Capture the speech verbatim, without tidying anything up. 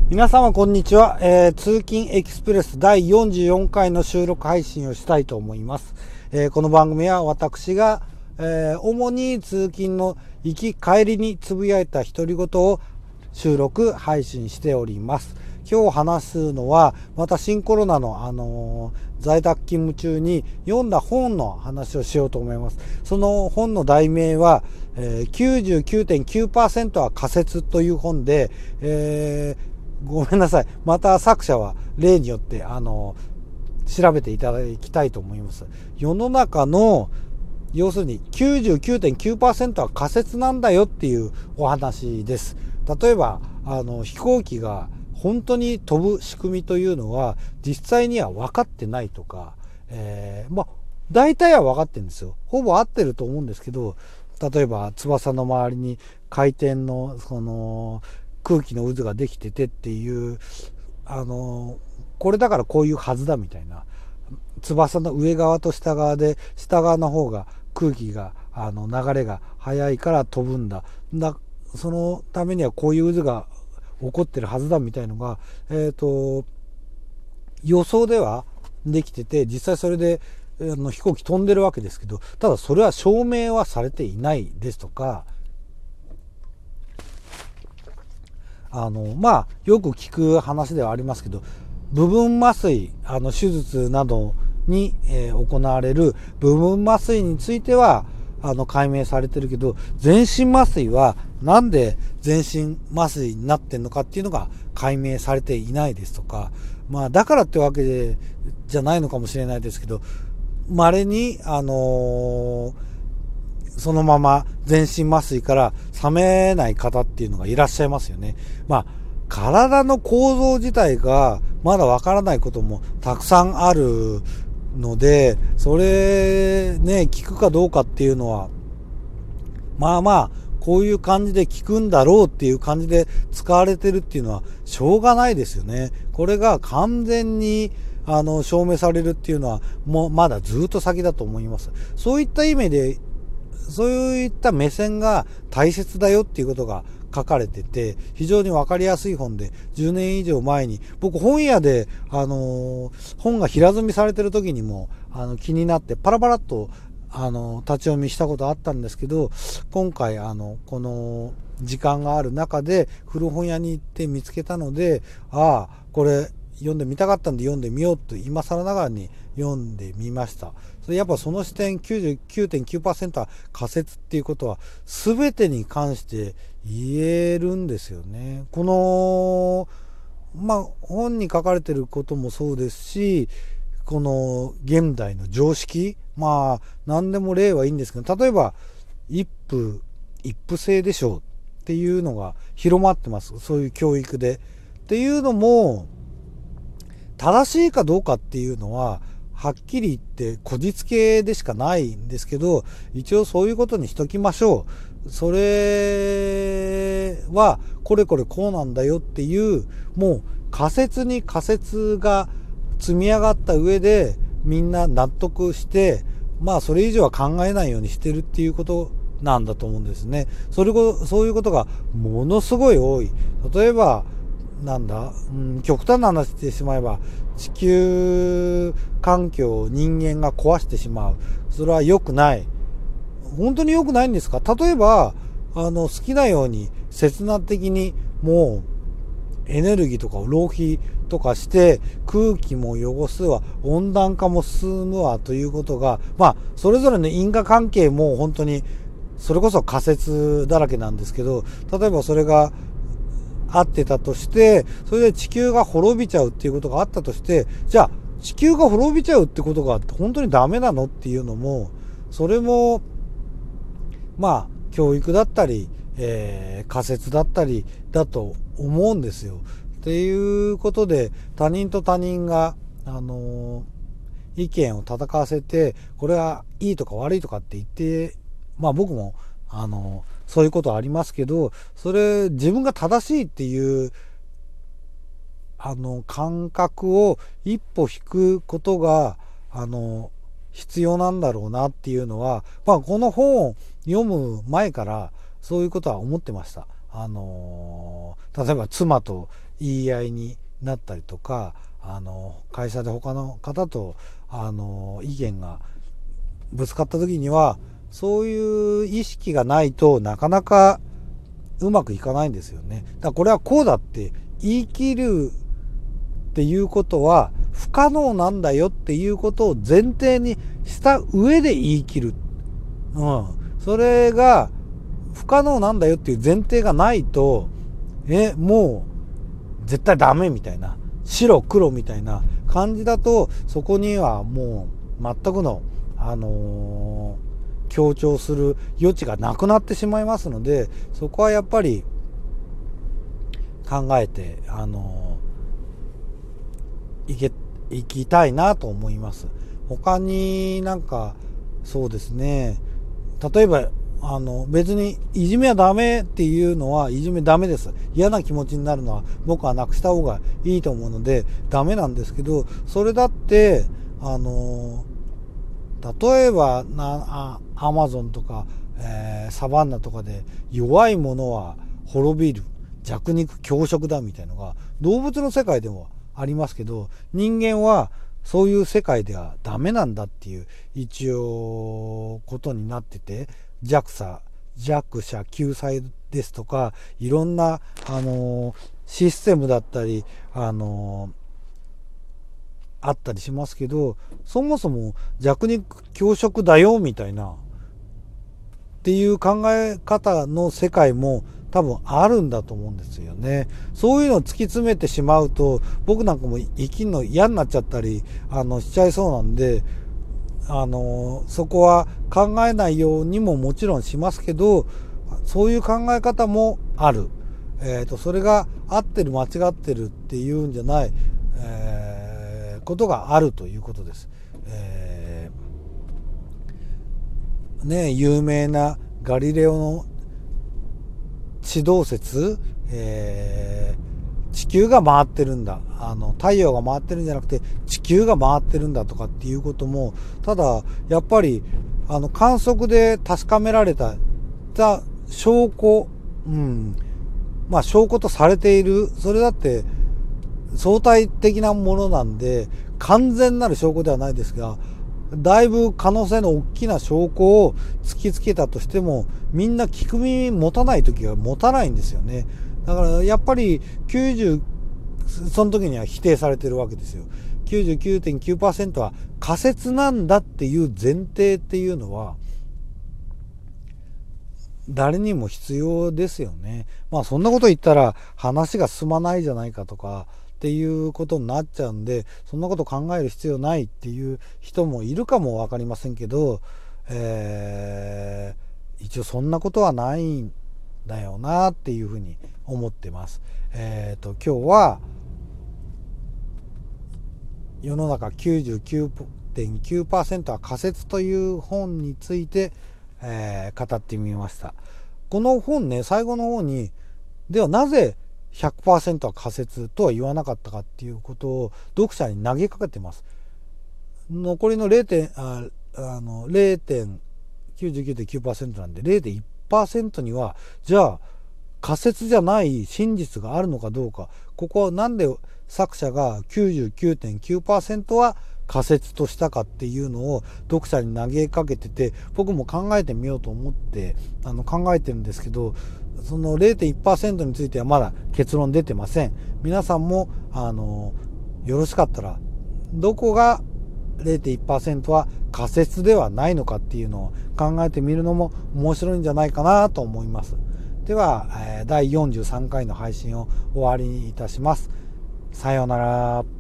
皆様こんにちは、えー、通勤エクスプレスだいよんじゅうよんかいの収録配信をしたいと思います。えー、この番組は私が、えー、主に通勤の行き帰りにつぶやいた独り言を収録配信しております。今日話すのはまた新コロナの、あのー、在宅勤務中に読んだ本の話をしようと思います。その本の題名は、えー、きゅうじゅうきゅうてんきゅうパーセント は仮説という本で、えーごめんなさい。また作者は例によってあの調べていただきたいと思います。世の中の要するに きゅうじゅうきゅうてんきゅうパーセント は仮説なんだよっていうお話です。例えばあの飛行機が本当に飛ぶ仕組みというのは実際には分かってないとか、えー、まあ大体は分かってるんですよ。ほぼ合ってると思うんですけど、例えば翼の周りに回転のその空気の渦ができててっていう、あのこれだからこういうはずだみたいな、翼の上側と下側で下側の方が空気があの流れが速いから飛ぶんだだそのためにはこういう渦が起こってるはずだみたいのが、えーと予想ではできてて、実際それであの飛行機飛んでるわけですけど、ただそれは証明はされていないですとか、あのまあよく聞く話ではありますけど、部分麻酔、あの手術などに、えー、行われる部分麻酔についてはあの解明されてるけど、全身麻酔はなんで全身麻酔になってんのかっていうのが解明されていないですとか、まあだからってわけでじゃないのかもしれないですけど、稀にあのーそのまま全身麻酔から冷めない方っていうのがいらっしゃいますよね。まあ体の構造自体がまだわからないこともたくさんあるので、それね聞くかどうかっていうのはまあまあこういう感じで効くんだろうっていう感じで使われてるっていうのはしょうがないですよね。これが完全にあの証明されるっていうのはもうまだずっと先だと思います。そういった意味でそういった目線が大切だよっていうことが書かれてて、非常に分かりやすい本で、じゅうねん以上前に僕本屋であの本が平積みされてる時にもあの気になってパラパラっとあの立ち読みしたことあったんですけど、今回あのこの時間がある中で古本屋に行って見つけたので、ああこれ読んでみたかったんで読んでみようと今更ながらに読んでみました。それやっぱその視点 きゅうじゅうきゅうてんきゅうパーセント は仮説っていうことは全てに関して言えるんですよね。このまあ本に書かれてることもそうですし、この現代の常識、まあ何でも例はいいんですけど、例えば一夫一夫制でしょうっていうのが広まってます。そういう教育でっていうのも正しいかどうかっていうのははっきり言ってこじつけでしかないんですけど、一応そういうことにしときましょう。それはこれこれこうなんだよっていう、もう仮説に仮説が積み上がった上でみんな納得して、まあそれ以上は考えないようにしてるっていうことなんだと思うんですね。それこそういうことがものすごい多い。例えばなんだ、うん、極端な話してしまえば地球環境を人間が壊してしまう。それは良くない。本当に良くないんですか？例えばあの好きなように刹那的にもうエネルギーとかを浪費とかして空気も汚すわ、温暖化も進むわということが、まあそれぞれの因果関係も本当にそれこそ仮説だらけなんですけど、例えばそれがあってたとして、それで地球が滅びちゃうっていうことがあったとして、じゃあ地球が滅びちゃうってことが本当にダメなのっていうのも、それもまあ教育だったり、えー、仮説だったりだと思うんですよ。っていうことで他人と他人があのー、意見を戦わせて、これはいいとか悪いとかって言って、まあ僕もあのーそういうことはありますけど、それ自分が正しいっていうあの感覚を一歩引くことがあの必要なんだろうなっていうのは、まあこの本を読む前からそういうことは思ってました。あの例えば妻と言い合いになったりとか、あの会社で他の方とあの意見がぶつかった時には、そういう意識がないとなかなかうまくいかないんですよね。だからこれはこうだって言い切るっていうことは不可能なんだよっていうことを前提にした上で言い切る。うん。それが不可能なんだよっていう前提がないと、え、もう絶対ダメみたいな、白黒みたいな感じだと、そこにはもう全くの、あのー、強調する余地がなくなってしまいますので、そこはやっぱり考えて、あのー、いけ、いきたいなと思います。他になんか、そうですね、例えば、あの別にいじめはダメっていうのはいじめダメです。嫌な気持ちになるのは僕はなくした方がいいと思うのでダメなんですけど、それだってあの例えばなアマゾンとか、えー、サバンナとかで弱いものは滅びる、弱肉強食だみたいなのが動物の世界でもありますけど、人間はそういう世界ではダメなんだっていう一応ことになってて、弱者、弱者救済ですとか、いろんな、あのー、システムだったり、あのー、あったりしますけど、そもそも弱肉強食だよみたいなっていう考え方の世界も多分あるんだと思うんですよね。そういうのを突き詰めてしまうと、僕なんかも生きるの嫌になっちゃったりあのしちゃいそうなんで、あのそこは考えないようにももちろんしますけど、そういう考え方もある、えーと、それが合ってる間違ってるっていうんじゃない、えー、ことがあるということです。えー、ね有名なガリレオの地動説、えー地球が回ってるんだ、あの太陽が回ってるんじゃなくて地球が回ってるんだとかっていうことも、ただやっぱりあの観測で確かめられた証拠、うん、まあ証拠とされている、それだって相対的なものなんで完全なる証拠ではないですが、だいぶ可能性の大きな証拠を突きつけたとしても、みんな聞く耳持たない時は持たないんですよね。だからやっぱりきゅうじゅうその時には否定されてるわけですよ。きゅうじゅうきゅうてんきゅうパーセント は仮説なんだっていう前提っていうのは誰にも必要ですよね。まあそんなこと言ったら話が進まないじゃないかとかっていうことになっちゃうんで、そんなこと考える必要ないっていう人もいるかも分かりませんけど、えー、一応そんなことはないんだよなっていうふうに思ってます。えっと今日は世の中 きゅうじゅうきゅうてんきゅうパーセント は仮説という本について、えー、語ってみました。この本ね、最後の方にではなぜ ひゃくパーセント は仮説とは言わなかったかっていうことを読者に投げかけてます。残りの れいてん ああの れいてんきゅうじゅうきゅうてんきゅうパーセント なんで れいてんいちパーセント にはじゃあ仮説じゃない真実があるのかどうか、ここはなんで作者が きゅうじゅうきゅうてんきゅうパーセント は仮説としたかっていうのを読者に投げかけてて、僕も考えてみようと思ってあの考えてるんですけど、その れいてんいちパーセント についてはまだ結論出てません。皆さんもあのよろしかったらどこが れいてんいちパーセント は仮説ではないのかっていうのを考えてみるのも面白いんじゃないかなと思います。ではだいよんじゅうさんかいの配信を終わりにいたします。さようなら。